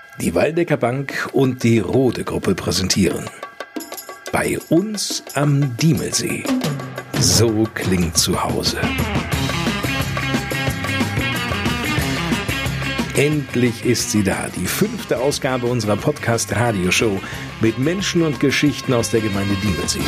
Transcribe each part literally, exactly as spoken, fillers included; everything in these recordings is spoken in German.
Die Waldecker Bank und die Rode Gruppe präsentieren Bei uns am Diemelsee. So klingt zu Hause. Endlich ist sie da, die fünfte Ausgabe unserer Podcast-Radioshow mit Menschen und Geschichten aus der Gemeinde Diemelsee.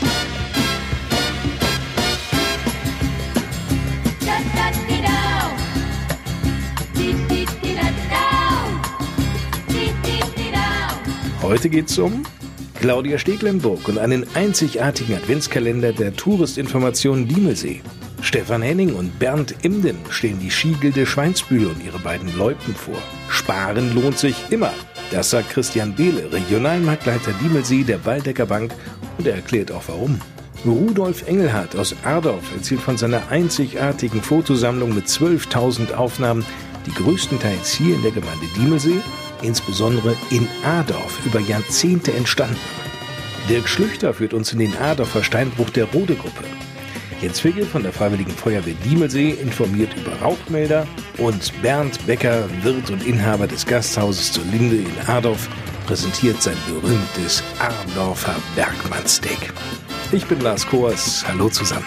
Heute geht's um Claudia Stekelenburg und einen einzigartigen Adventskalender der Touristinformation Diemelsee. Stefan Henning und Bernd Imden stellen die Skigilde Schweinsbühl und ihre beiden Loipen vor. Sparen lohnt sich immer. Das sagt Christian Behle, Regionalmarktleiter Diemelsee der Waldecker Bank, und er erklärt auch warum. Rudolf Engelhardt aus Adorf erzählt von seiner einzigartigen Fotosammlung mit zwölftausend Aufnahmen, die größtenteils hier in der Gemeinde Diemelsee, insbesondere in Adorf, über Jahrzehnte entstanden. Dirk Schlüchter führt uns in den Adorfer Steinbruch der Rode Gruppe. Jens Figge von der Freiwilligen Feuerwehr Diemelsee informiert über Rauchmelder und Bernd Becker, Wirt und Inhaber des Gasthauses zur Linde in Adorf, präsentiert sein berühmtes Adorfer Bergmannssteak. Ich bin Lars Koers, hallo zusammen.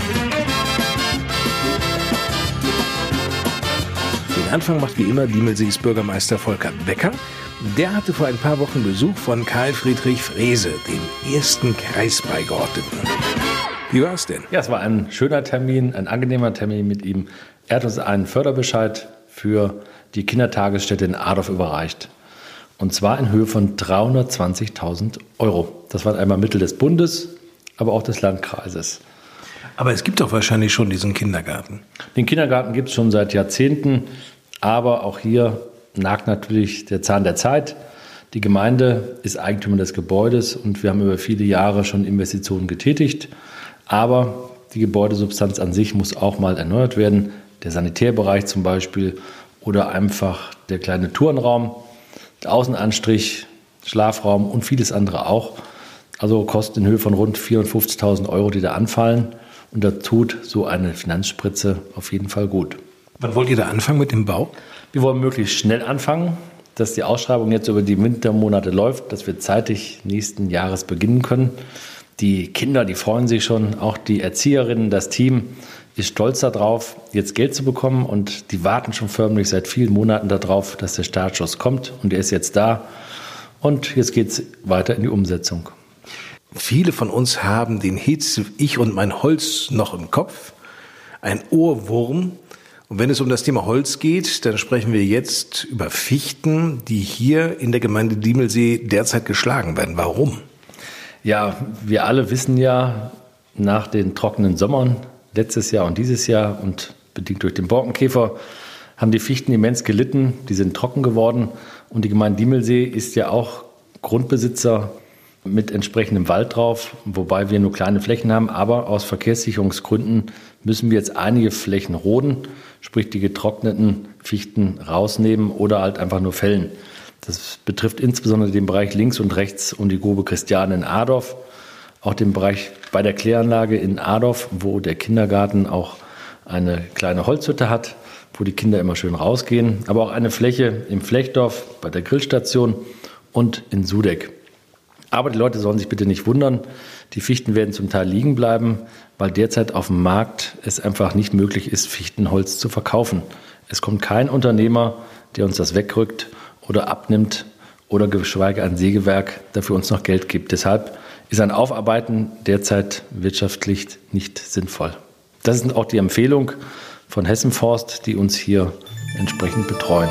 Den Anfang macht wie immer Diemelsees Bürgermeister Volker Becker. Der hatte vor ein paar Wochen Besuch von Karl Friedrich Frese, dem ersten Kreisbeigeordneten. Wie war es denn? Ja, es war ein schöner Termin, ein angenehmer Termin mit ihm. Er hat uns einen Förderbescheid für die Kindertagesstätte in Adorf überreicht. Und zwar in Höhe von dreihundertzwanzigtausend Euro. Das waren einmal Mittel des Bundes, aber auch des Landkreises. Aber es gibt doch wahrscheinlich schon diesen Kindergarten. Den Kindergarten gibt es schon seit Jahrzehnten, aber auch hier nagt natürlich der Zahn der Zeit. Die Gemeinde ist Eigentümer des Gebäudes und wir haben über viele Jahre schon Investitionen getätigt. Aber die Gebäudesubstanz an sich muss auch mal erneuert werden. Der Sanitärbereich zum Beispiel oder einfach der kleine Turnraum, der Außenanstrich, Schlafraum und vieles andere auch. Also Kosten in Höhe von rund vierundfünfzigtausend Euro, die da anfallen. Und da tut so eine Finanzspritze auf jeden Fall gut. Wann wollt ihr da anfangen mit dem Bau? Wir wollen möglichst schnell anfangen, dass die Ausschreibung jetzt über die Wintermonate läuft, dass wir zeitig nächsten Jahres beginnen können. Die Kinder, die freuen sich schon, auch die Erzieherinnen, das Team ist stolz darauf, jetzt Geld zu bekommen. Und die warten schon förmlich seit vielen Monaten darauf, dass der Startschuss kommt. Und der ist jetzt da. Und jetzt geht es weiter in die Umsetzung. Viele von uns haben den Hit Ich und mein Holz noch im Kopf. Ein Ohrwurm. Und wenn es um das Thema Holz geht, dann sprechen wir jetzt über Fichten, die hier in der Gemeinde Diemelsee derzeit geschlagen werden. Warum? Ja, wir alle wissen ja, nach den trockenen Sommern letztes Jahr und dieses Jahr und bedingt durch den Borkenkäfer haben die Fichten immens gelitten. Die sind trocken geworden. Und die Gemeinde Diemelsee ist ja auch Grundbesitzer mit entsprechendem Wald drauf, wobei wir nur kleine Flächen haben. Aber aus Verkehrssicherungsgründen müssen wir jetzt einige Flächen roden, sprich die getrockneten Fichten rausnehmen oder halt einfach nur fällen. Das betrifft insbesondere den Bereich links und rechts um die Grube Christiane in Adorf, auch den Bereich bei der Kläranlage in Adorf, wo der Kindergarten auch eine kleine Holzhütte hat, wo die Kinder immer schön rausgehen, aber auch eine Fläche im Flechtdorf bei der Grillstation und in Sudeck. Aber die Leute sollen sich bitte nicht wundern, die Fichten werden zum Teil liegen bleiben, weil derzeit auf dem Markt es einfach nicht möglich ist, Fichtenholz zu verkaufen. Es kommt kein Unternehmer, der uns das wegrückt oder abnimmt oder geschweige ein Sägewerk dafür uns noch Geld gibt. Deshalb ist ein Aufarbeiten derzeit wirtschaftlich nicht sinnvoll. Das ist auch die Empfehlung von Hessenforst, die uns hier entsprechend betreuen.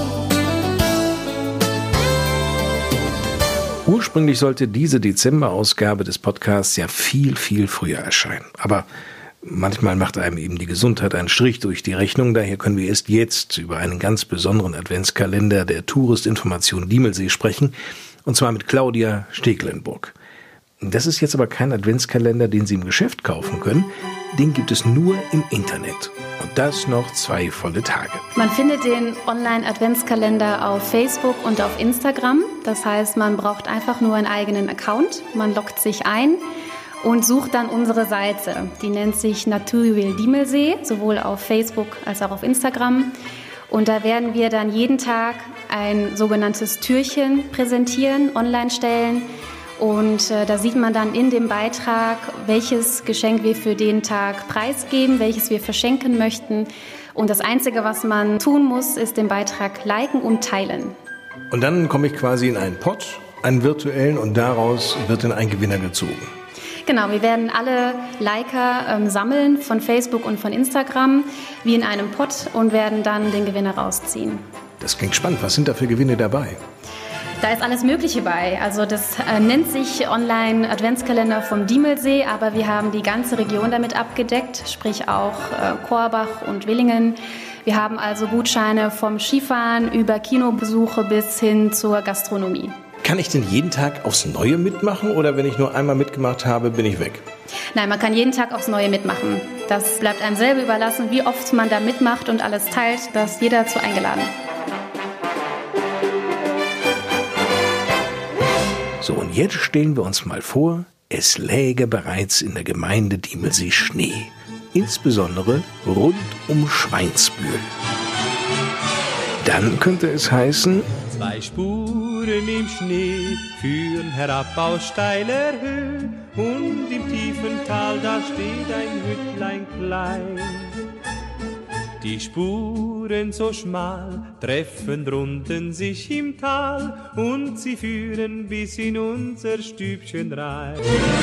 Ursprünglich sollte diese Dezemberausgabe des Podcasts ja viel, viel früher erscheinen. Aber manchmal macht einem eben die Gesundheit einen Strich durch die Rechnung. Daher können wir erst jetzt über einen ganz besonderen Adventskalender der Touristinformation Diemelsee sprechen. Und zwar mit Claudia Stekelenburg. Das ist jetzt aber kein Adventskalender, den Sie im Geschäft kaufen können. Den gibt es nur im Internet. Und das noch zwei volle Tage. Man findet den Online-Adventskalender auf Facebook und auf Instagram. Das heißt, man braucht einfach nur einen eigenen Account. Man loggt sich ein und sucht dann unsere Seite. Die nennt sich Naturjuwel Diemelsee, sowohl auf Facebook als auch auf Instagram. Und da werden wir dann jeden Tag ein sogenanntes Türchen präsentieren, online stellen. Und äh, da sieht man dann in dem Beitrag, welches Geschenk wir für den Tag preisgeben, welches wir verschenken möchten. Und das Einzige, was man tun muss, ist den Beitrag liken und teilen. Und dann komme ich quasi in einen Pot, einen virtuellen, und daraus wird dann ein Gewinner gezogen. Genau, wir werden alle Liker ähm, sammeln von Facebook und von Instagram, wie in einem Pot, und werden dann den Gewinner rausziehen. Das klingt spannend. Was sind da für Gewinne dabei? Da ist alles Mögliche bei. Also das äh, nennt sich Online-Adventskalender vom Diemelsee, aber wir haben die ganze Region damit abgedeckt, sprich auch äh, Korbach und Willingen. Wir haben also Gutscheine vom Skifahren über Kinobesuche bis hin zur Gastronomie. Kann ich denn jeden Tag aufs Neue mitmachen oder wenn ich nur einmal mitgemacht habe, bin ich weg? Nein, man kann jeden Tag aufs Neue mitmachen. Das bleibt einem selber überlassen, wie oft man da mitmacht und alles teilt. Da ist jeder dazu eingeladen. So, und jetzt stellen wir uns mal vor, es läge bereits in der Gemeinde Diemelsee Schnee. Insbesondere rund um Schweinsbühl. Dann könnte es heißen: Zwei Spuren im Schnee führen herab aus steiler Höhe, und im tiefen Tal da steht ein Hüttlein klein. Die Spuren so schmal treffen drunten sich im Tal, und sie führen bis in unser Stübchen rein.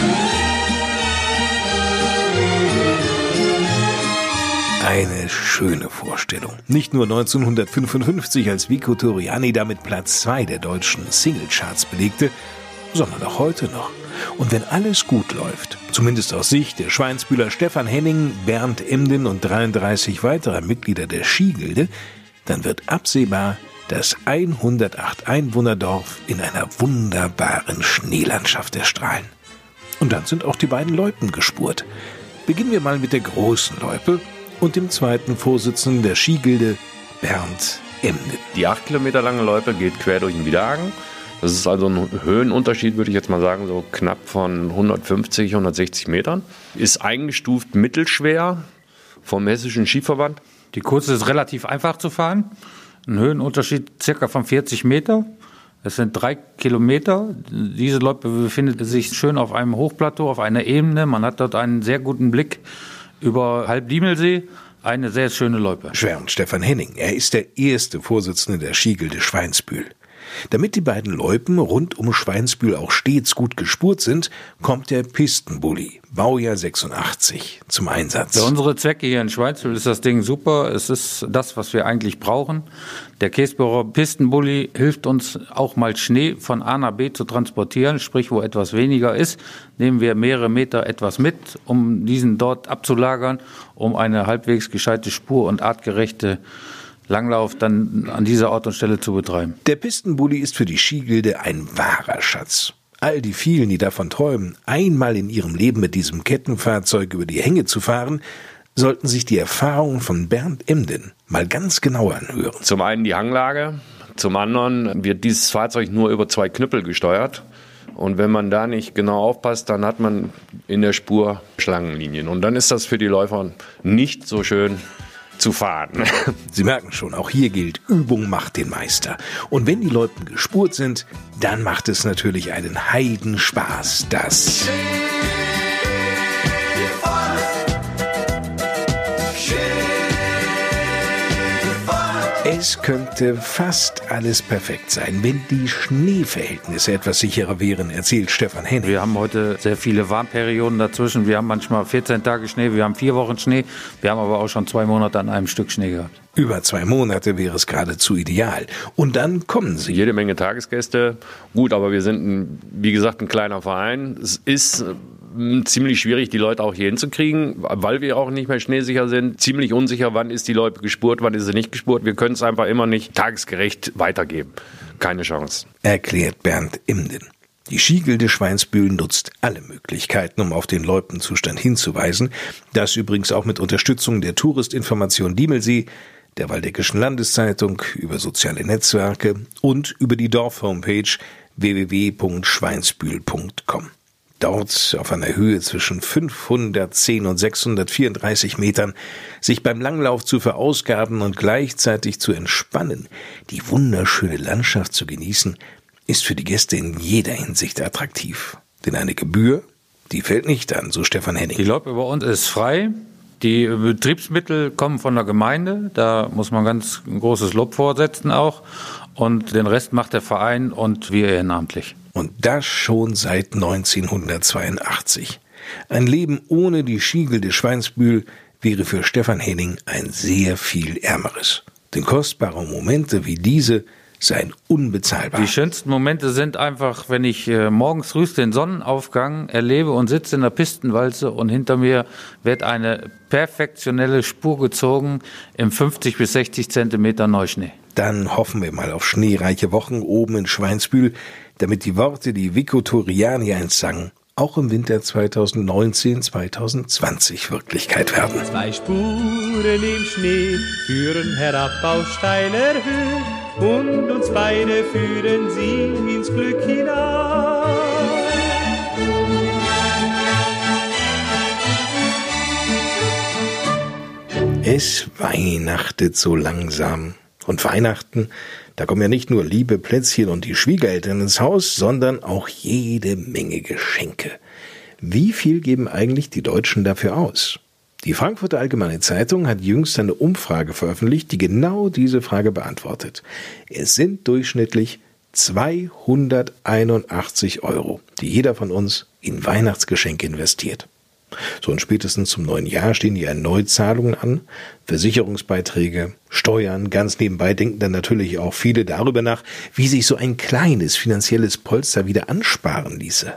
Eine schöne Vorstellung. Nicht nur neunzehnhundertfünfundfünfzig, als Vico Torriani damit Platz zwei der deutschen Singlecharts belegte, sondern auch heute noch. Und wenn alles gut läuft, zumindest aus Sicht der Schweinsbühler Stefan Henning, Bernd Imden und dreiunddreißig weiterer Mitglieder der Skigilde, dann wird absehbar das hundertacht Einwohnerdorf in einer wunderbaren Schneelandschaft erstrahlen. Und dann sind auch die beiden Loipen gespurt. Beginnen wir mal mit der großen Loipe und dem zweiten Vorsitzenden der Skigilde, Bernd Imden. Die acht Kilometer lange Loipe geht quer durch den Widerhaken. Das ist also ein Höhenunterschied, würde ich jetzt mal sagen, so knapp von hundertfünfzig, hundertsechzig Metern. Ist eingestuft mittelschwer vom Hessischen Skiverband. Die kurze ist relativ einfach zu fahren. Ein Höhenunterschied circa von vierzig Meter. Es sind drei Kilometer. Diese Loipe befindet sich schön auf einem Hochplateau, auf einer Ebene. Man hat dort einen sehr guten Blick über halb Diemelsee. Eine sehr schöne Loipe. Schwärmt Stefan Henning. Er ist der erste Vorsitzende der Skigilde Schweinsbühl. Damit die beiden Loipen rund um Schweinsbühl auch stets gut gespurt sind, kommt der Pistenbully, Baujahr sechsundachtzig, zum Einsatz. Für unsere Zwecke hier in Schweinsbühl ist das Ding super. Es ist das, was wir eigentlich brauchen. Der Käsbohrer Pistenbully hilft uns auch mal Schnee von A nach B zu transportieren, sprich wo etwas weniger ist, nehmen wir mehrere Meter etwas mit, um diesen dort abzulagern, um eine halbwegs gescheite Spur und artgerechte Langlauf dann an dieser Ort und Stelle zu betreiben. Der Pistenbully ist für die Skigilde ein wahrer Schatz. All die vielen, die davon träumen, einmal in ihrem Leben mit diesem Kettenfahrzeug über die Hänge zu fahren, sollten sich die Erfahrungen von Bernd Imden mal ganz genau anhören. Zum einen die Hanglage, zum anderen wird dieses Fahrzeug nur über zwei Knüppel gesteuert. Und wenn man da nicht genau aufpasst, dann hat man in der Spur Schlangenlinien. Und dann ist das für die Läufer nicht so schön zu fahren. Sie merken schon, auch hier gilt, Übung macht den Meister. Und wenn die Loipen gespurt sind, dann macht es natürlich einen Heidenspaß. Das Es könnte fast alles perfekt sein, wenn die Schneeverhältnisse etwas sicherer wären, erzählt Stefan Henning. Wir haben heute sehr viele Warmperioden dazwischen. Wir haben manchmal vierzehn Tage Schnee, wir haben vier Wochen Schnee. Wir haben aber auch schon zwei Monate an einem Stück Schnee gehabt. Über zwei Monate wäre es geradezu ideal. Und dann kommen sie. Jede Menge Tagesgäste. Gut, aber wir sind, ein, wie gesagt, ein kleiner Verein. Es ist ziemlich schwierig, die Leute auch hier hinzukriegen, weil wir auch nicht mehr schneesicher sind. Ziemlich unsicher, wann ist die Loipe gespurt, wann ist sie nicht gespurt. Wir können es einfach immer nicht tagesgerecht weitergeben. Keine Chance. Erklärt Bernd Imden. Die Skigilde Schweinsbühl nutzt alle Möglichkeiten, um auf den Loipenzustand hinzuweisen. Das übrigens auch mit Unterstützung der Touristinformation Diemelsee, der Waldeckischen Landeszeitung, über soziale Netzwerke und über die Dorf-Homepage w w w punkt schweinsbühl punkt com. dort auf einer Höhe zwischen fünfhundertzehn und sechshundertvierunddreißig Metern, sich beim Langlauf zu verausgaben und gleichzeitig zu entspannen, die wunderschöne Landschaft zu genießen, ist für die Gäste in jeder Hinsicht attraktiv. Denn eine Gebühr, die fällt nicht an, so Stefan Henning. Die Loipe bei uns ist frei. Die Betriebsmittel kommen von der Gemeinde. Da muss man ganz ein großes Lob vorsetzen auch. Und den Rest macht der Verein und wir ehrenamtlich. Und das schon seit neunzehnhundertzweiundachtzig. Ein Leben ohne die Skigilde Schweinsbühl wäre für Stefan Henning ein sehr viel ärmeres. Denn kostbare Momente wie diese seien unbezahlbar. Die schönsten Momente sind einfach, wenn ich äh, morgens früh den Sonnenaufgang erlebe und sitze in der Pistenwalze und hinter mir wird eine perfektionelle Spur gezogen im fünfzig bis sechzig Zentimeter Neuschnee. Dann hoffen wir mal auf schneereiche Wochen oben in Schweinsbühl, damit die Worte, die Vico Torriani einst sang, auch im Winter zweitausendneunzehn zweitausendzwanzig Wirklichkeit werden. Zwei Spuren im Schnee führen herab aus steiler Höhe und uns beide führen sie ins Glück hinein. Es weihnachtet so langsam. Und Weihnachten, da kommen ja nicht nur liebe Plätzchen und die Schwiegereltern ins Haus, sondern auch jede Menge Geschenke. Wie viel geben eigentlich die Deutschen dafür aus? Die Frankfurter Allgemeine Zeitung hat jüngst eine Umfrage veröffentlicht, die genau diese Frage beantwortet. Es sind durchschnittlich zweihunderteinundachtzig Euro, die jeder von uns in Weihnachtsgeschenke investiert. So und spätestens zum neuen Jahr stehen die Erneuzahlungen an, Versicherungsbeiträge, Steuern. Ganz nebenbei denken dann natürlich auch viele darüber nach, wie sich so ein kleines finanzielles Polster wieder ansparen ließe.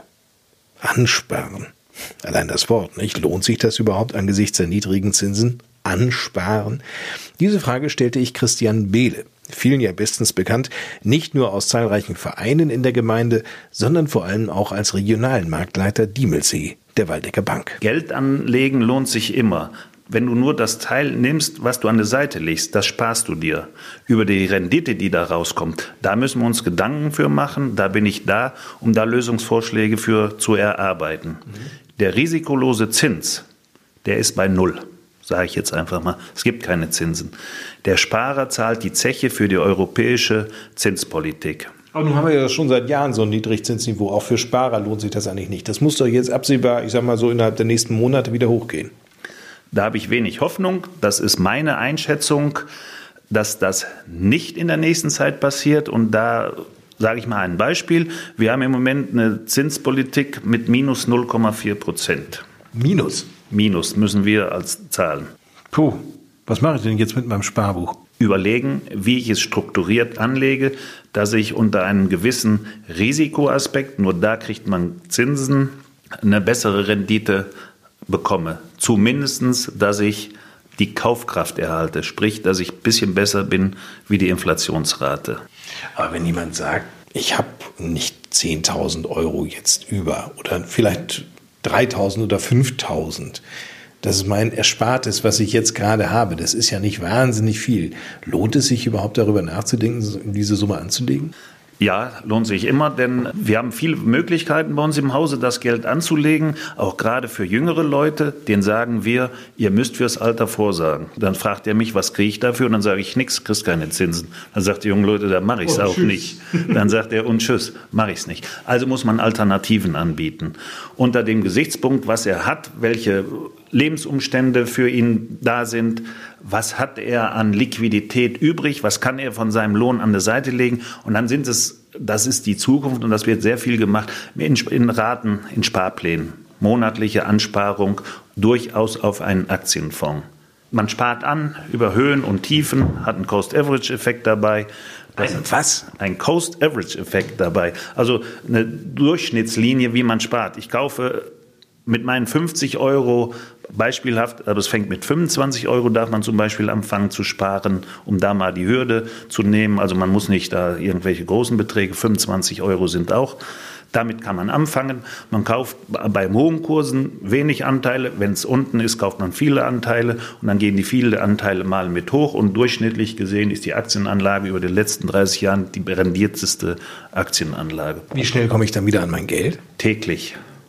Ansparen. Allein das Wort, nicht? Lohnt sich das überhaupt angesichts der niedrigen Zinsen? Ansparen? Diese Frage stellte ich Christian Behle, vielen ja bestens bekannt, nicht nur aus zahlreichen Vereinen in der Gemeinde, sondern vor allem auch als regionalen Marktleiter Diemelsee der Waldecker Bank. Geld anlegen lohnt sich immer. Wenn du nur das Teil nimmst, was du an der Seite legst, das sparst du dir. Über die Rendite, die da rauskommt, da müssen wir uns Gedanken für machen. Da bin ich da, um da Lösungsvorschläge für zu erarbeiten. Mhm. Der risikolose Zins, der ist bei Null, sage ich jetzt einfach mal. Es gibt keine Zinsen. Der Sparer zahlt die Zeche für die europäische Zinspolitik. Aber nun haben wir ja schon seit Jahren so ein Niedrigzinsniveau. Auch für Sparer lohnt sich das eigentlich nicht. Das muss doch jetzt absehbar, ich sag mal so, innerhalb der nächsten Monate wieder hochgehen. Da habe ich wenig Hoffnung. Das ist meine Einschätzung, dass das nicht in der nächsten Zeit passiert. Und da sage ich mal ein Beispiel. Wir haben im Moment eine Zinspolitik mit minus null Komma vier Prozent. Minus? Minus müssen wir als zahlen. Puh, was mache ich denn jetzt mit meinem Sparbuch? Überlegen, wie ich es strukturiert anlege, dass ich unter einem gewissen Risikoaspekt, nur da kriegt man Zinsen, eine bessere Rendite bekomme. Zumindest, dass ich die Kaufkraft erhalte, sprich, dass ich ein bisschen besser bin wie die Inflationsrate. Aber wenn jemand sagt, ich habe nicht zehntausend Euro jetzt über oder vielleicht dreitausend oder fünftausend, das ist mein Erspartes, was ich jetzt gerade habe. Das ist ja nicht wahnsinnig viel. Lohnt es sich überhaupt darüber nachzudenken, diese Summe anzulegen? Ja, lohnt sich immer, denn wir haben viele Möglichkeiten bei uns im Hause, das Geld anzulegen, auch gerade für jüngere Leute. Denen sagen wir, ihr müsst fürs Alter vorsorgen. Dann fragt er mich, was kriege ich dafür? Und dann sage ich, nix, kriegst keine Zinsen. Dann sagt die jungen Leute, dann mache ich es oh, auch tschüss. nicht. Dann sagt er, und tschüss, mache ich es nicht. Also muss man Alternativen anbieten. Unter dem Gesichtspunkt, was er hat, welche Lebensumstände für ihn da sind, was hat er an Liquidität übrig, was kann er von seinem Lohn an der Seite legen und dann sind es, das ist die Zukunft und das wird sehr viel gemacht, in, in Raten, in Sparplänen, monatliche Ansparung durchaus auf einen Aktienfonds. Man spart an über Höhen und Tiefen, hat einen Cost-Average-Effekt dabei. Ein was? Ein Cost-Average-Effekt dabei, also eine Durchschnittslinie, wie man spart. Ich kaufe mit meinen fünfzig Euro, beispielhaft, aber es fängt mit fünfundzwanzig Euro, darf man zum Beispiel anfangen zu sparen, um da mal die Hürde zu nehmen. Also man muss nicht da irgendwelche großen Beträge, fünfundzwanzig Euro sind auch. Damit kann man anfangen. Man kauft bei hohen Kursen wenig Anteile. Wenn es unten ist, kauft man viele Anteile und dann gehen die vielen Anteile mal mit hoch. Und durchschnittlich gesehen ist die Aktienanlage über die letzten dreißig Jahren die rendierteste Aktienanlage. Wie schnell komme ich dann wieder an mein Geld? Täglich.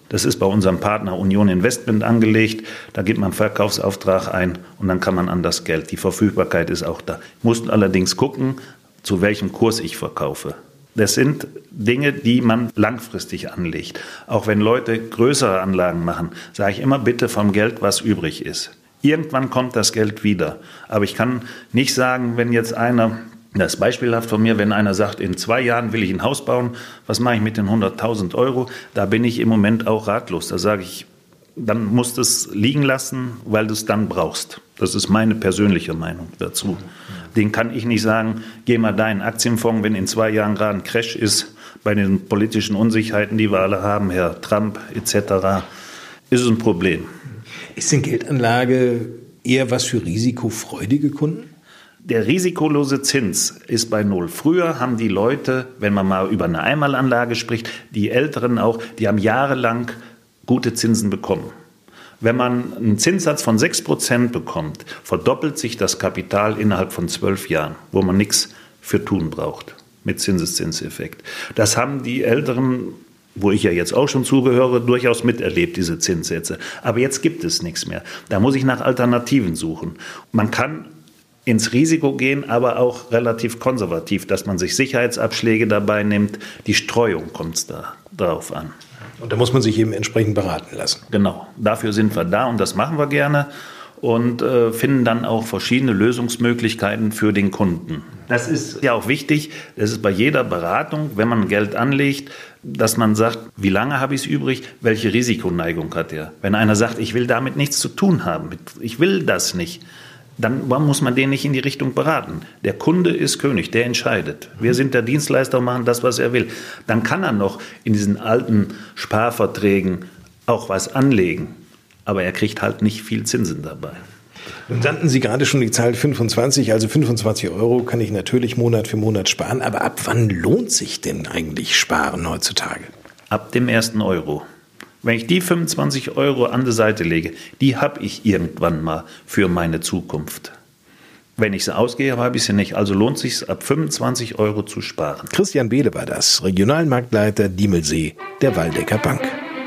Das ist bei unserem Partner Union Investment angelegt. Da gibt man einen Verkaufsauftrag ein und dann kann man an das Geld. Die Verfügbarkeit ist auch da. Ich muss allerdings gucken, zu welchem Kurs ich verkaufe. Das sind Dinge, die man langfristig anlegt. Auch wenn Leute größere Anlagen machen, sage ich immer bitte vom Geld, was übrig ist. Irgendwann kommt das Geld wieder. Aber ich kann nicht sagen, wenn jetzt einer, das ist beispielhaft von mir, wenn einer sagt, in zwei Jahren will ich ein Haus bauen, was mache ich mit den hunderttausend Euro? Da bin ich im Moment auch ratlos. Da sage ich, dann musst du es liegen lassen, weil du es dann brauchst. Das ist meine persönliche Meinung dazu. Den kann ich nicht sagen, geh mal da in den Aktienfonds, wenn in zwei Jahren gerade ein Crash ist, bei den politischen Unsicherheiten, die wir alle haben, Herr Trump et cetera, ist es ein Problem. Ist denn Geldanlage eher was für risikofreudige Kunden? Der risikolose Zins ist bei null. Früher haben die Leute, wenn man mal über eine Einmalanlage spricht, die Älteren auch, die haben jahrelang gute Zinsen bekommen. Wenn man einen Zinssatz von sechs Prozent bekommt, verdoppelt sich das Kapital innerhalb von zwölf Jahren, wo man nichts für tun braucht, mit Zinseszinseffekt. Das haben die Älteren, wo ich ja jetzt auch schon zugehöre, durchaus miterlebt, diese Zinssätze. Aber jetzt gibt es nichts mehr. Da muss ich nach Alternativen suchen. Man kann ins Risiko gehen, aber auch relativ konservativ, dass man sich Sicherheitsabschläge dabei nimmt. Die Streuung kommt es da drauf an. Und da muss man sich eben entsprechend beraten lassen. Genau, dafür sind wir da und das machen wir gerne und äh, finden dann auch verschiedene Lösungsmöglichkeiten für den Kunden. Das ist ja auch wichtig, das ist bei jeder Beratung, wenn man Geld anlegt, dass man sagt, wie lange habe ich es übrig, welche Risikoneigung hat er. Wenn einer sagt, ich will damit nichts zu tun haben, ich will das nicht, dann muss man den nicht in die Richtung beraten. Der Kunde ist König, der entscheidet. Wir sind der Dienstleister und machen das, was er will. Dann kann er noch in diesen alten Sparverträgen auch was anlegen. Aber er kriegt halt nicht viel Zinsen dabei. Nun nannten Sie gerade schon die Zahl fünfundzwanzig, also fünfundzwanzig Euro kann ich natürlich Monat für Monat sparen. Aber ab wann lohnt sich denn eigentlich Sparen heutzutage? Ab dem ersten Euro. Wenn ich die fünfundzwanzig Euro an die Seite lege, die habe ich irgendwann mal für meine Zukunft. Wenn ich sie ausgehe, habe ich sie nicht. Also lohnt es sich, ab fünfundzwanzig Euro zu sparen. Christian Behle war das, Regionalmarktleiter Diemelsee der Waldecker Bank.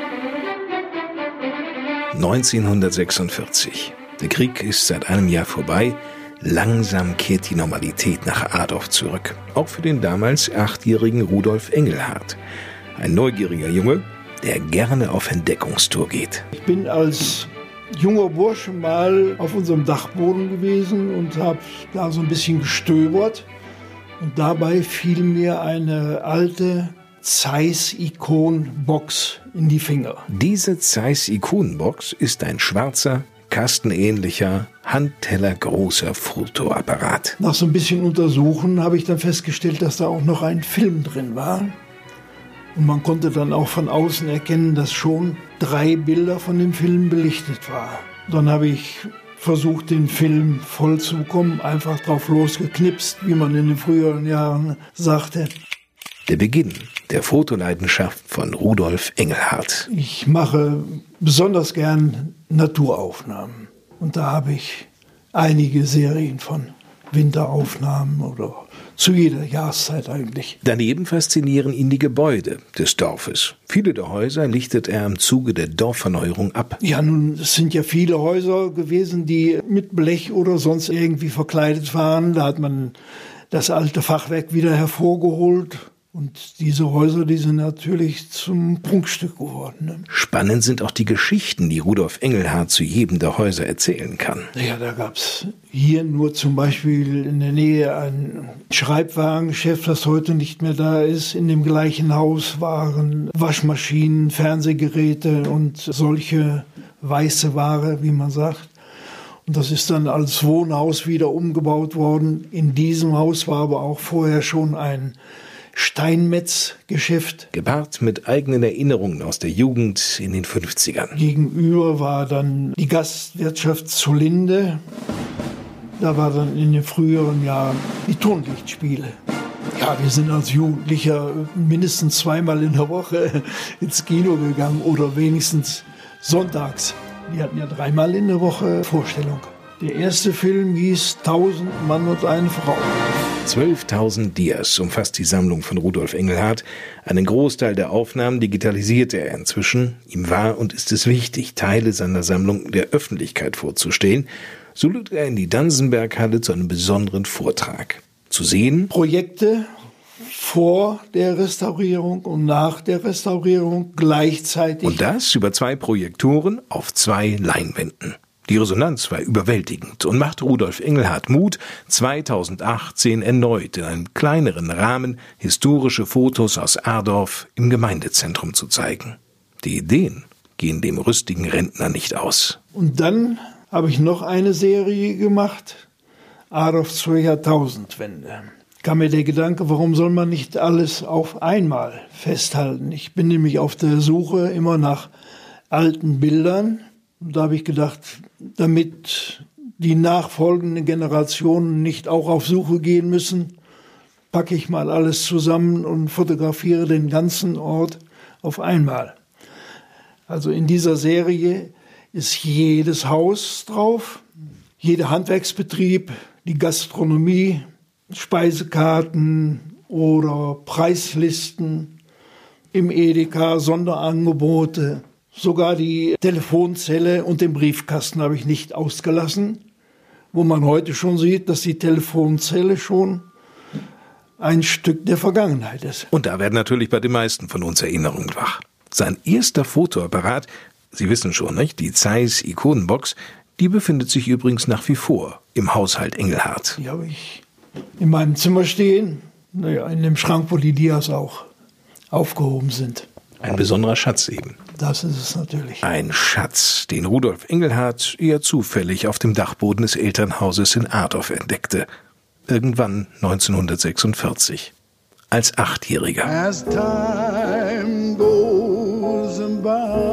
neunzehnhundertsechsundvierzig. Der Krieg ist seit einem Jahr vorbei. Langsam kehrt die Normalität nach Adorf zurück. Auch für den damals achtjährigen Rudolf Engelhardt. Ein neugieriger Junge, der gerne auf Entdeckungstour geht. Ich bin als junger Bursche mal auf unserem Dachboden gewesen und habe da so ein bisschen gestöbert. Und dabei fiel mir eine alte Zeiss-Ikon-Box in die Finger. Diese Zeiss-Ikon-Box ist ein schwarzer, kastenähnlicher, handtellergroßer Fotoapparat. Nach so ein bisschen Untersuchen habe ich dann festgestellt, dass da auch noch ein Film drin war. Und man konnte dann auch von außen erkennen, dass schon drei Bilder von dem Film belichtet waren. Dann habe ich versucht, den Film voll zu bekommen, einfach drauf losgeknipst, wie man in den früheren Jahren sagte. Der Beginn der Fotoleidenschaft von Rudolf Engelhardt. Ich mache besonders gern Naturaufnahmen. Und da habe ich einige Serien von Winteraufnahmen oder zu jeder Jahreszeit eigentlich. Daneben faszinieren ihn die Gebäude des Dorfes. Viele der Häuser lichtet er im Zuge der Dorferneuerung ab. Ja, nun, es sind ja viele Häuser gewesen, die mit Blech oder sonst irgendwie verkleidet waren. Da hat man das alte Fachwerk wieder hervorgeholt. Und diese Häuser, die sind natürlich zum Prunkstück geworden. Ne? Spannend sind auch die Geschichten, die Rudolf Engelhardt zu jedem der Häuser erzählen kann. Ja, da gab's hier nur zum Beispiel in der Nähe ein Schreibwarengeschäft, das heute nicht mehr da ist. In dem gleichen Haus waren Waschmaschinen, Fernsehgeräte und solche weiße Ware, wie man sagt. Und das ist dann als Wohnhaus wieder umgebaut worden. In diesem Haus war aber auch vorher schon ein Steinmetzgeschäft. Gepaart mit eigenen Erinnerungen aus der Jugend in den fünfzigern. Gegenüber war dann die Gastwirtschaft zur Linde. Da war dann in den früheren Jahren die Tonlichtspiele. Ja, wir sind als Jugendlicher mindestens zweimal in der Woche ins Kino gegangen oder wenigstens sonntags. Wir hatten ja dreimal in der Woche Vorstellung. Der erste Film hieß Tausend Mann und eine Frau. zwölftausend Dias umfasst die Sammlung von Rudolf Engelhardt. Einen Großteil der Aufnahmen digitalisierte er inzwischen. Ihm war und ist es wichtig, Teile seiner Sammlung der Öffentlichkeit vorzustellen. So lud er in die Dansenberghalle zu einem besonderen Vortrag. Zu sehen: Projekte vor der Restaurierung und nach der Restaurierung gleichzeitig. Und das über zwei Projektoren auf zwei Leinwänden. Die Resonanz war überwältigend und machte Rudolf Engelhardt Mut, zweitausendachtzehn erneut in einem kleineren Rahmen historische Fotos aus Adorf im Gemeindezentrum zu zeigen. Die Ideen gehen dem rüstigen Rentner nicht aus. Und dann habe ich noch eine Serie gemacht, Adorf zur Jahrtausendwende. Kam mir der Gedanke, warum soll man nicht alles auf einmal festhalten? Ich bin nämlich auf der Suche immer nach alten Bildern. Und da habe ich gedacht, damit die nachfolgenden Generationen nicht auch auf Suche gehen müssen, packe ich mal alles zusammen und fotografiere den ganzen Ort auf einmal. Also in dieser Serie ist jedes Haus drauf, jeder Handwerksbetrieb, die Gastronomie, Speisekarten oder Preislisten im Edeka, Sonderangebote. Sogar die Telefonzelle und den Briefkasten habe ich nicht ausgelassen, wo man heute schon sieht, dass die Telefonzelle schon ein Stück der Vergangenheit ist. Und da werden natürlich bei den meisten von uns Erinnerungen wach. Sein erster Fotoapparat, Sie wissen schon, nicht? Die Zeiss Ikonenbox, die befindet sich übrigens nach wie vor im Haushalt Engelhardt. Die habe ich in meinem Zimmer stehen, naja, in dem Schrank, wo die Dias auch aufgehoben sind. Ein besonderer Schatz eben. Das ist es natürlich. Ein Schatz, den Rudolf Engelhardt eher zufällig auf dem Dachboden des Elternhauses in Adorf entdeckte. Irgendwann neunzehnhundertsechsundvierzig. Als Achtjähriger. As time goes by.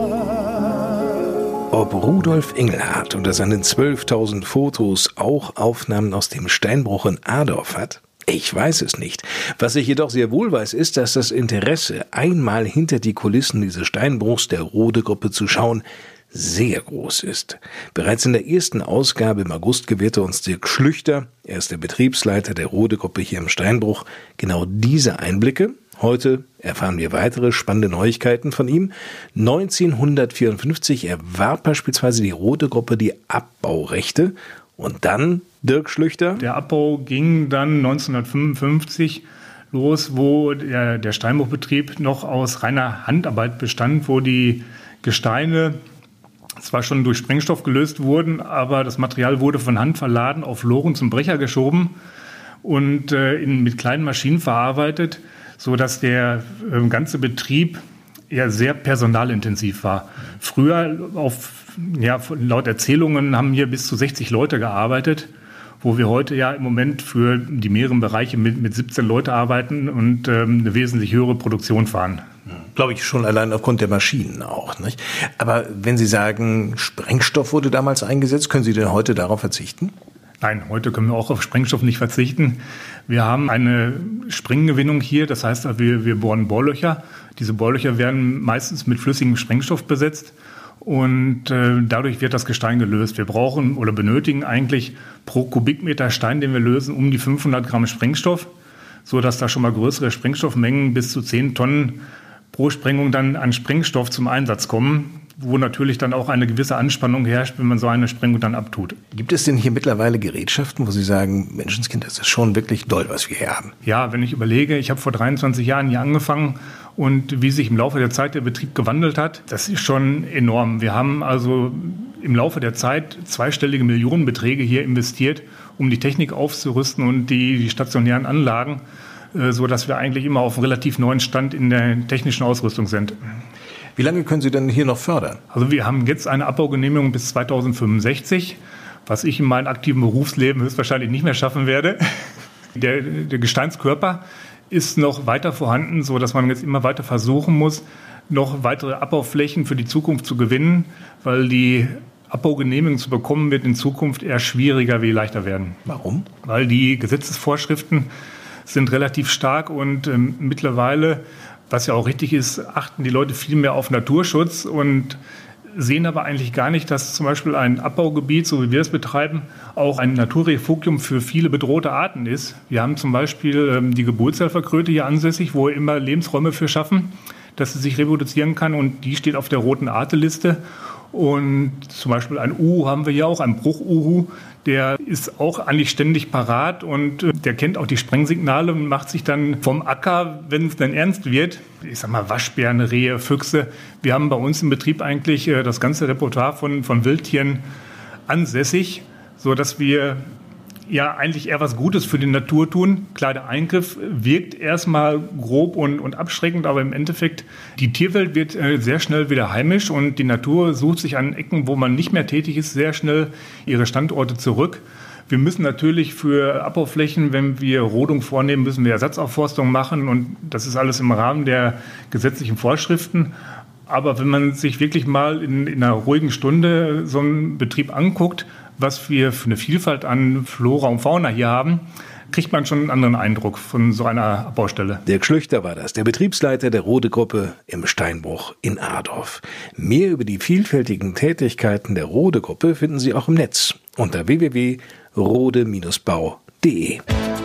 Ob Rudolf Engelhardt unter seinen zwölftausend Fotos auch Aufnahmen aus dem Steinbruch in Adorf hat? Ich weiß es nicht. Was ich jedoch sehr wohl weiß, ist, dass das Interesse, einmal hinter die Kulissen dieses Steinbruchs der Rode-Gruppe zu schauen, sehr groß ist. Bereits in der ersten Ausgabe im August gewährte uns Dirk Schlüchter, er ist der Betriebsleiter der Rode-Gruppe hier im Steinbruch, genau diese Einblicke. Heute erfahren wir weitere spannende Neuigkeiten von ihm. neunzehnhundertvierundfünfzig erwarb beispielsweise die Rode-Gruppe die Abbaurechte. Und dann, Dirk Schlüchter? Der Abbau ging dann neunzehnhundertfünfundfünfzig los, wo der, der Steinbruchbetrieb noch aus reiner Handarbeit bestand, wo die Gesteine zwar schon durch Sprengstoff gelöst wurden, aber das Material wurde von Hand verladen, auf Loren zum Brecher geschoben und äh, in, mit kleinen Maschinen verarbeitet, sodass der äh, ganze Betrieb eher sehr personalintensiv war. Früher, auf, ja, laut Erzählungen, haben hier bis zu sechzig Leute gearbeitet, wo wir heute ja im Moment für die mehreren Bereiche mit, mit siebzehn Leute arbeiten und ähm, eine wesentlich höhere Produktion fahren. Glaube ich schon allein aufgrund der Maschinen auch, nicht? Aber wenn Sie sagen, Sprengstoff wurde damals eingesetzt, können Sie denn heute darauf verzichten? Nein, heute können wir auch auf Sprengstoff nicht verzichten. Wir haben eine Sprenggewinnung hier, das heißt, wir, wir bohren Bohrlöcher. Diese Bohrlöcher werden meistens mit flüssigem Sprengstoff besetzt und äh, dadurch wird das Gestein gelöst. Wir brauchen oder benötigen eigentlich pro Kubikmeter Stein, den wir lösen, um die fünfhundert Gramm Sprengstoff, sodass da schon mal größere Sprengstoffmengen bis zu zehn Tonnen pro Sprengung dann an Sprengstoff zum Einsatz kommen, wo natürlich dann auch eine gewisse Anspannung herrscht, wenn man so eine Sprengung dann abtut. Gibt es denn hier mittlerweile Gerätschaften, wo Sie sagen, Menschenskind, das ist schon wirklich doll, was wir hier haben? Ja, wenn ich überlege, ich habe vor dreiundzwanzig Jahren hier angefangen und wie sich im Laufe der Zeit der Betrieb gewandelt hat, das ist schon enorm. Wir haben also im Laufe der Zeit zweistellige Millionenbeträge hier investiert, um die Technik aufzurüsten und die, die stationären Anlagen, so dass wir eigentlich immer auf einem relativ neuen Stand in der technischen Ausrüstung sind. Wie lange können Sie denn hier noch fördern? Also wir haben jetzt eine Abbaugenehmigung bis zweitausendfünfundsechzig, was ich in meinem aktiven Berufsleben höchstwahrscheinlich nicht mehr schaffen werde. Der, der Gesteinskörper ist noch weiter vorhanden, so dass man jetzt immer weiter versuchen muss, noch weitere Abbauflächen für die Zukunft zu gewinnen, weil die Abbaugenehmigung zu bekommen wird in Zukunft eher schwieriger wie leichter werden. Warum? Weil die Gesetzesvorschriften sind relativ stark und ähm, mittlerweile, was ja auch richtig ist, achten die Leute viel mehr auf Naturschutz und sehen aber eigentlich gar nicht, dass zum Beispiel ein Abbaugebiet, so wie wir es betreiben, auch ein Naturrefugium für viele bedrohte Arten ist. Wir haben zum Beispiel ähm, die Geburtshelferkröte hier ansässig, wo wir immer Lebensräume für schaffen, dass sie sich reproduzieren kann, und die steht auf der roten Arteliste. Und zum Beispiel ein Uhu haben wir hier auch, ein Bruch-Uhu, der ist auch eigentlich ständig parat und äh, der kennt auch die Sprengsignale und macht sich dann vom Acker, wenn es dann ernst wird, ich sag mal Waschbären, Rehe, Füchse. Wir haben bei uns im Betrieb eigentlich äh, das ganze Repertoire von, von Wildtieren ansässig, sodass wir ja eigentlich eher was Gutes für die Natur tun. Klar, der Eingriff wirkt erstmal grob und, und abschreckend, aber im Endeffekt, die Tierwelt wird äh, sehr schnell wieder heimisch und die Natur sucht sich an Ecken, wo man nicht mehr tätig ist, sehr schnell ihre Standorte zurück. Wir müssen natürlich für Abbauflächen, wenn wir Rodung vornehmen, müssen wir Ersatzaufforstung machen, und das ist alles im Rahmen der gesetzlichen Vorschriften. Aber wenn man sich wirklich mal in, in einer ruhigen Stunde so einen Betrieb anguckt, was wir für eine Vielfalt an Flora und Fauna hier haben, kriegt man schon einen anderen Eindruck von so einer Abbaustelle. Dirk Schlüchter war das, der Betriebsleiter der Rode-Gruppe im Steinbruch in Adorf. Mehr über die vielfältigen Tätigkeiten der Rode-Gruppe finden Sie auch im Netz unter w w w punkt rode Bindestrich bau punkt de.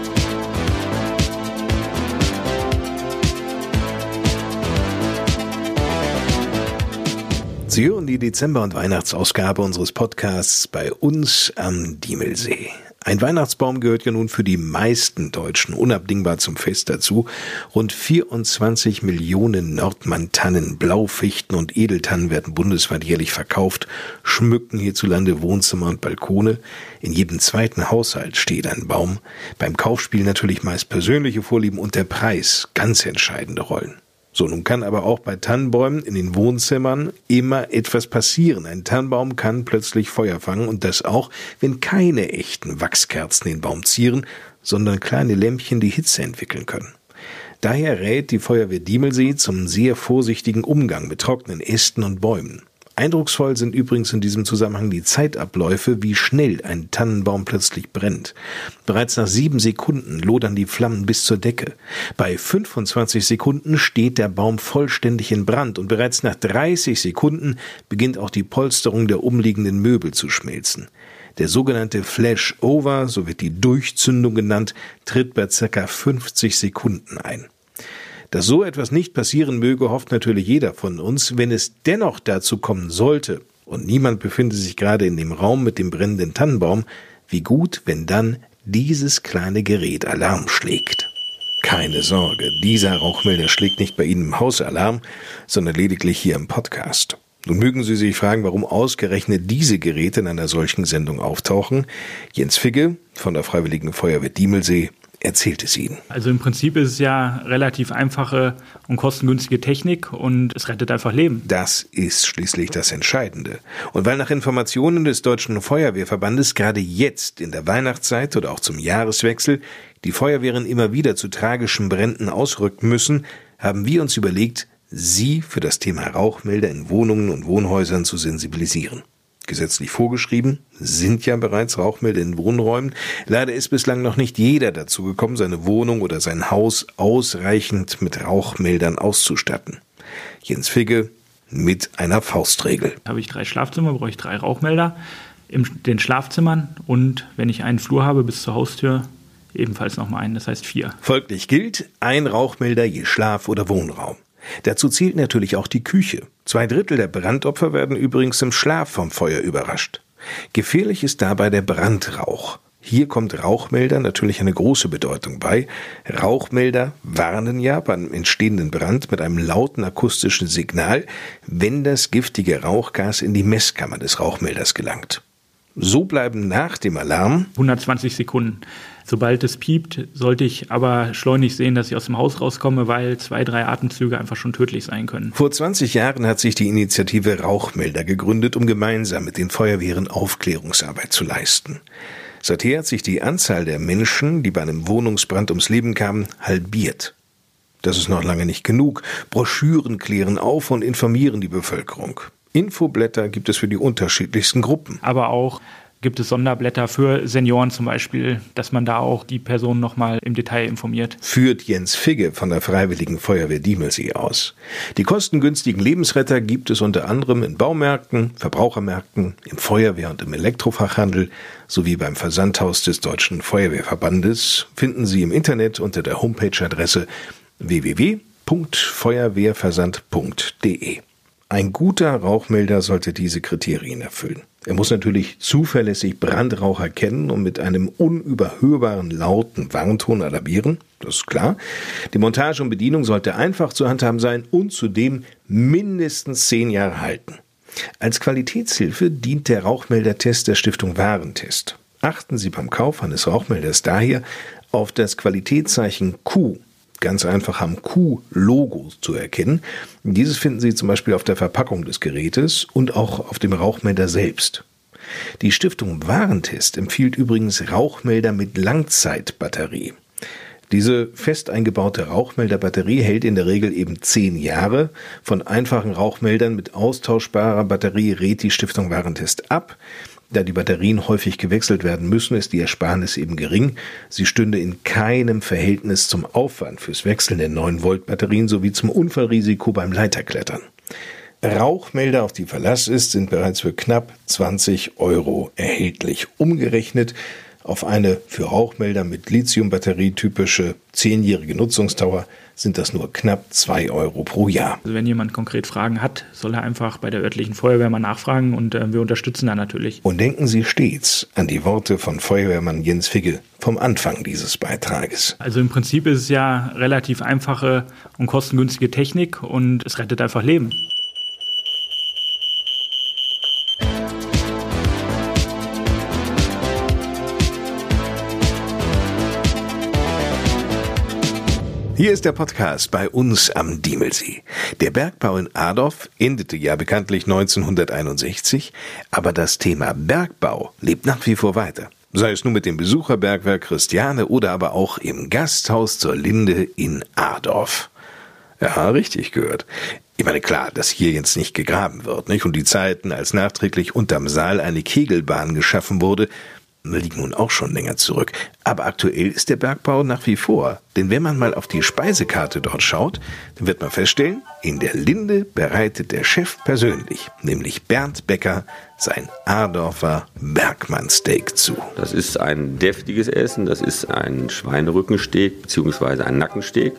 Sie hören die Dezember- und Weihnachtsausgabe unseres Podcasts bei uns am Diemelsee. Ein Weihnachtsbaum gehört ja nun für die meisten Deutschen unabdingbar zum Fest dazu. Rund vierundzwanzig Millionen Nordmann-Tannen, Blaufichten und Edeltannen werden bundesweit jährlich verkauft, schmücken hierzulande Wohnzimmer und Balkone. In jedem zweiten Haushalt steht ein Baum. Beim Kaufspiel natürlich meist persönliche Vorlieben und der Preis ganz entscheidende Rollen. So, nun kann aber auch bei Tannenbäumen in den Wohnzimmern immer etwas passieren. Ein Tannenbaum kann plötzlich Feuer fangen, und das auch, wenn keine echten Wachskerzen den Baum zieren, sondern kleine Lämpchen, die Hitze entwickeln können. Daher rät die Feuerwehr Diemelsee zum sehr vorsichtigen Umgang mit trockenen Ästen und Bäumen. Eindrucksvoll sind übrigens in diesem Zusammenhang die Zeitabläufe, wie schnell ein Tannenbaum plötzlich brennt. Bereits nach sieben Sekunden lodern die Flammen bis zur Decke. Bei fünfundzwanzig Sekunden steht der Baum vollständig in Brand, und bereits nach dreißig Sekunden beginnt auch die Polsterung der umliegenden Möbel zu schmelzen. Der sogenannte Flash-Over, so wird die Durchzündung genannt, tritt bei ca. fünfzig Sekunden ein. Dass so etwas nicht passieren möge, hofft natürlich jeder von uns. Wenn es dennoch dazu kommen sollte und niemand befinde sich gerade in dem Raum mit dem brennenden Tannenbaum, wie gut, wenn dann dieses kleine Gerät Alarm schlägt. Keine Sorge, dieser Rauchmelder schlägt nicht bei Ihnen im Haus Alarm, sondern lediglich hier im Podcast. Nun mögen Sie sich fragen, warum ausgerechnet diese Geräte in einer solchen Sendung auftauchen. Jens Figge von der Freiwilligen Feuerwehr Diemelsee erzählt es Ihnen. Also im Prinzip ist es ja relativ einfache und kostengünstige Technik, und es rettet einfach Leben. Das ist schließlich das Entscheidende. Und weil nach Informationen des Deutschen Feuerwehrverbandes gerade jetzt in der Weihnachtszeit oder auch zum Jahreswechsel die Feuerwehren immer wieder zu tragischen Bränden ausrücken müssen, haben wir uns überlegt, Sie für das Thema Rauchmelder in Wohnungen und Wohnhäusern zu sensibilisieren. Gesetzlich vorgeschrieben sind ja bereits Rauchmelder in Wohnräumen. Leider ist bislang noch nicht jeder dazu gekommen, seine Wohnung oder sein Haus ausreichend mit Rauchmeldern auszustatten. Jens Figge mit einer Faustregel. Habe ich drei Schlafzimmer, brauche ich drei Rauchmelder in den Schlafzimmern, und wenn ich einen Flur habe bis zur Haustür, ebenfalls nochmal einen, das heißt vier. Folglich gilt ein Rauchmelder je Schlaf- oder Wohnraum. Dazu zählt natürlich auch die Küche. Zwei Drittel der Brandopfer werden übrigens im Schlaf vom Feuer überrascht. Gefährlich ist dabei der Brandrauch. Hier kommt Rauchmelder natürlich eine große Bedeutung bei. Rauchmelder warnen ja beim entstehenden Brand mit einem lauten akustischen Signal, wenn das giftige Rauchgas in die Messkammer des Rauchmelders gelangt. So bleiben nach dem Alarm hundertzwanzig Sekunden. Sobald es piept, sollte ich aber schleunig sehen, dass ich aus dem Haus rauskomme, weil zwei, drei Atemzüge einfach schon tödlich sein können. Vor zwanzig Jahren hat sich die Initiative Rauchmelder gegründet, um gemeinsam mit den Feuerwehren Aufklärungsarbeit zu leisten. Seither hat sich die Anzahl der Menschen, die bei einem Wohnungsbrand ums Leben kamen, halbiert. Das ist noch lange nicht genug. Broschüren klären auf und informieren die Bevölkerung. Infoblätter gibt es für die unterschiedlichsten Gruppen. Aber auch gibt es Sonderblätter für Senioren zum Beispiel, dass man da auch die Person nochmal im Detail informiert. Führt Jens Figge von der Freiwilligen Feuerwehr Diemelsee aus. Die kostengünstigen Lebensretter gibt es unter anderem in Baumärkten, Verbrauchermärkten, im Feuerwehr- und im Elektrofachhandel sowie beim Versandhaus des Deutschen Feuerwehrverbandes, finden Sie im Internet unter der Homepage-Adresse w w w punkt feuerwehrversand punkt d e. Ein guter Rauchmelder sollte diese Kriterien erfüllen. Er muss natürlich zuverlässig Brandrauch erkennen und mit einem unüberhörbaren lauten Warnton alarmieren, das ist klar. Die Montage und Bedienung sollte einfach zu handhaben sein und zudem mindestens zehn Jahre halten. Als Qualitätshilfe dient der Rauchmeldertest der Stiftung Warentest. Achten Sie beim Kauf eines Rauchmelders daher auf das Qualitätszeichen Q, ganz einfach am Q-Logo zu erkennen. Dieses finden Sie zum Beispiel auf der Verpackung des Gerätes und auch auf dem Rauchmelder selbst. Die Stiftung Warentest empfiehlt übrigens Rauchmelder mit Langzeitbatterie. Diese fest eingebaute Rauchmelderbatterie hält in der Regel eben zehn Jahre. Von einfachen Rauchmeldern mit austauschbarer Batterie rät die Stiftung Warentest ab. Da die Batterien häufig gewechselt werden müssen, ist die Ersparnis eben gering. Sie stünde in keinem Verhältnis zum Aufwand fürs Wechseln der neun Volt Batterien sowie zum Unfallrisiko beim Leiterklettern. Rauchmelder, auf die Verlass ist, sind bereits für knapp zwanzig Euro erhältlich. Umgerechnet auf eine für Rauchmelder mit Lithiumbatterie typische zehnjährige Nutzungsdauer sind das nur knapp zwei Euro pro Jahr. Also wenn jemand konkret Fragen hat, soll er einfach bei der örtlichen Feuerwehr mal nachfragen und äh, wir unterstützen da natürlich. Und denken Sie stets an die Worte von Feuerwehrmann Jens Figge vom Anfang dieses Beitrages. Also im Prinzip ist es ja relativ einfache und kostengünstige Technik und es rettet einfach Leben. Hier ist der Podcast bei uns am Diemelsee. Der Bergbau in Adorf endete ja bekanntlich neunzehnhunderteinundsechzig, aber das Thema Bergbau lebt nach wie vor weiter. Sei es nun mit dem Besucherbergwerk Christiane oder aber auch im Gasthaus zur Linde in Adorf. Ja, richtig gehört. Ich meine, klar, dass hier jetzt nicht gegraben wird, nicht? Und die Zeiten, als nachträglich unterm Saal eine Kegelbahn geschaffen wurde, liegen nun auch schon länger zurück. Aber aktuell ist der Bergbau nach wie vor. Denn wenn man mal auf die Speisekarte dort schaut, dann wird man feststellen, in der Linde bereitet der Chef persönlich, nämlich Bernd Becker, sein Adorfer Bergmannsteak zu. Das ist ein deftiges Essen, das ist ein Schweinerückensteak bzw. ein Nackensteak,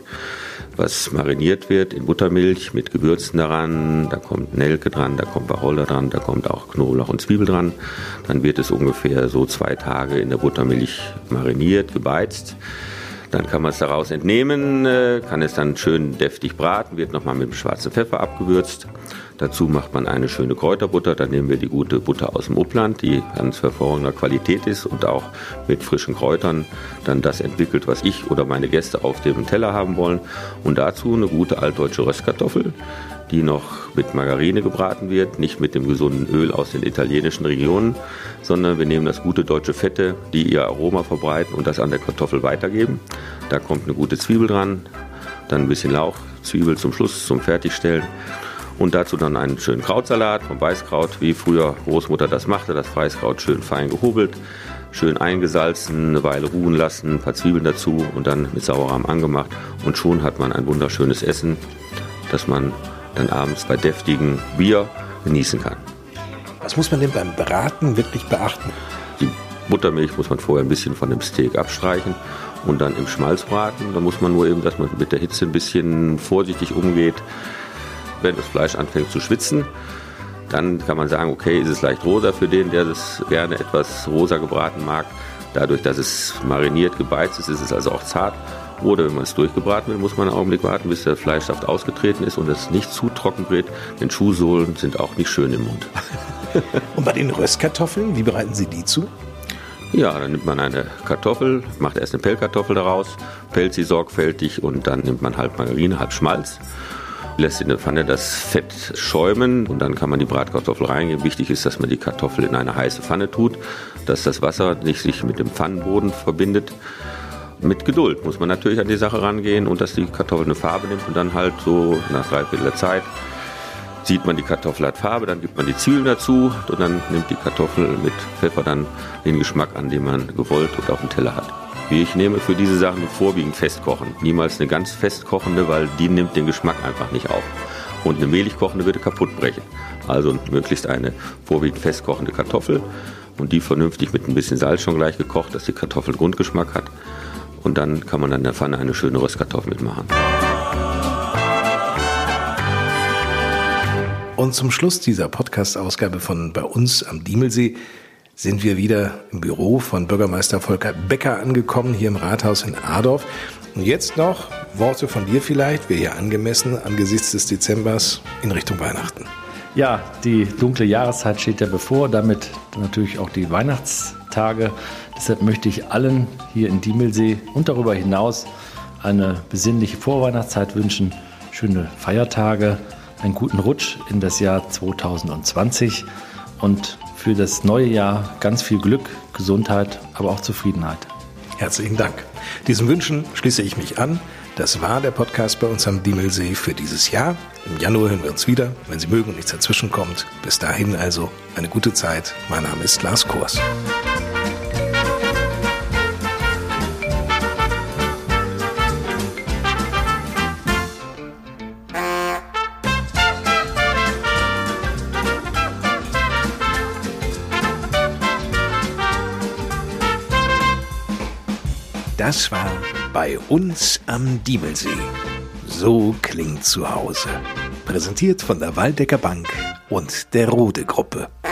was mariniert wird in Buttermilch mit Gewürzen daran. Da kommt Nelke dran, da kommt Wacholder dran, da kommt auch Knoblauch und Zwiebel dran. Dann wird es ungefähr so zwei Tage in der Buttermilch mariniert, gebeizt. Dann kann man es daraus entnehmen, kann es dann schön deftig braten, wird nochmal mit dem schwarzen Pfeffer abgewürzt. Dazu macht man eine schöne Kräuterbutter, dann nehmen wir die gute Butter aus dem Upland, die ganz hervorragender Qualität ist und auch mit frischen Kräutern dann das entwickelt, was ich oder meine Gäste auf dem Teller haben wollen. Und dazu eine gute altdeutsche Röstkartoffel, die noch mit Margarine gebraten wird, nicht mit dem gesunden Öl aus den italienischen Regionen, sondern wir nehmen das gute deutsche Fette, die ihr Aroma verbreiten und das an der Kartoffel weitergeben. Da kommt eine gute Zwiebel dran, dann ein bisschen Lauch, Zwiebel zum Schluss zum Fertigstellen. Und dazu dann einen schönen Krautsalat vom Weißkraut, wie früher Großmutter das machte. Das Weißkraut schön fein gehobelt, schön eingesalzen, eine Weile ruhen lassen, ein paar Zwiebeln dazu und dann mit Sauerrahm angemacht. Und schon hat man ein wunderschönes Essen, das man dann abends bei deftigem Bier genießen kann. Was muss man denn beim Braten wirklich beachten? Die Buttermilch muss man vorher ein bisschen von dem Steak abstreichen und dann im Schmalz braten. Da muss man nur eben, dass man mit der Hitze ein bisschen vorsichtig umgeht. Wenn das Fleisch anfängt zu schwitzen, dann kann man sagen, okay, ist es leicht rosa für den, der das gerne etwas rosa gebraten mag. Dadurch, dass es mariniert, gebeizt ist, ist es also auch zart. Oder wenn man es durchgebraten will, muss man einen Augenblick warten, bis der Fleischsaft ausgetreten ist und es nicht zu trocken wird, denn Schuhsohlen sind auch nicht schön im Mund. Und bei den Röstkartoffeln, wie bereiten Sie die zu? Ja, dann nimmt man eine Kartoffel, macht erst eine Pellkartoffel daraus, pellt sie sorgfältig und dann nimmt man halb Margarine, halb Schmalz. Lässt in der Pfanne das Fett schäumen und dann kann man die Bratkartoffel reingeben. Wichtig ist, dass man die Kartoffel in eine heiße Pfanne tut, dass das Wasser nicht sich mit dem Pfannenboden verbindet. Mit Geduld muss man natürlich an die Sache rangehen und dass die Kartoffel eine Farbe nimmt und dann halt so nach dreiviertel der Zeit sieht man, die Kartoffel hat Farbe, dann gibt man die Zwiebeln dazu und dann nimmt die Kartoffel mit Pfeffer dann den Geschmack an, den man gewollt und auf dem Teller hat. Ich nehme für diese Sachen vorwiegend festkochen. Niemals eine ganz festkochende, weil die nimmt den Geschmack einfach nicht auf. Und eine mehlig kochende würde kaputt brechen. Also möglichst eine vorwiegend festkochende Kartoffel und die vernünftig mit ein bisschen Salz schon gleich gekocht, dass die Kartoffel einen Grundgeschmack hat. Und dann kann man dann in der Pfanne eine schöne Röstkartoffel mitmachen. Und zum Schluss dieser Podcast-Ausgabe von Bei uns am Diemelsee sind wir wieder im Büro von Bürgermeister Volker Becker angekommen, hier im Rathaus in Adorf. Und jetzt noch Worte von dir vielleicht, wäre ja angemessen angesichts des Dezembers in Richtung Weihnachten. Ja, die dunkle Jahreszeit steht ja bevor, damit natürlich auch die Weihnachtstage. Deshalb möchte ich allen hier in Diemelsee und darüber hinaus eine besinnliche Vorweihnachtszeit wünschen, schöne Feiertage, einen guten Rutsch in das Jahr zweitausendzwanzig und für das neue Jahr ganz viel Glück, Gesundheit, aber auch Zufriedenheit. Herzlichen Dank. Diesen Wünschen schließe ich mich an. Das war der Podcast bei uns am Diemelsee für dieses Jahr. Im Januar hören wir uns wieder, wenn Sie mögen und nichts dazwischen kommt. Bis dahin also eine gute Zeit. Mein Name ist Lars Kors. Das war Bei uns am Diemelsee. So klingt zu Hause. Präsentiert von der Waldecker Bank und der Rode Gruppe.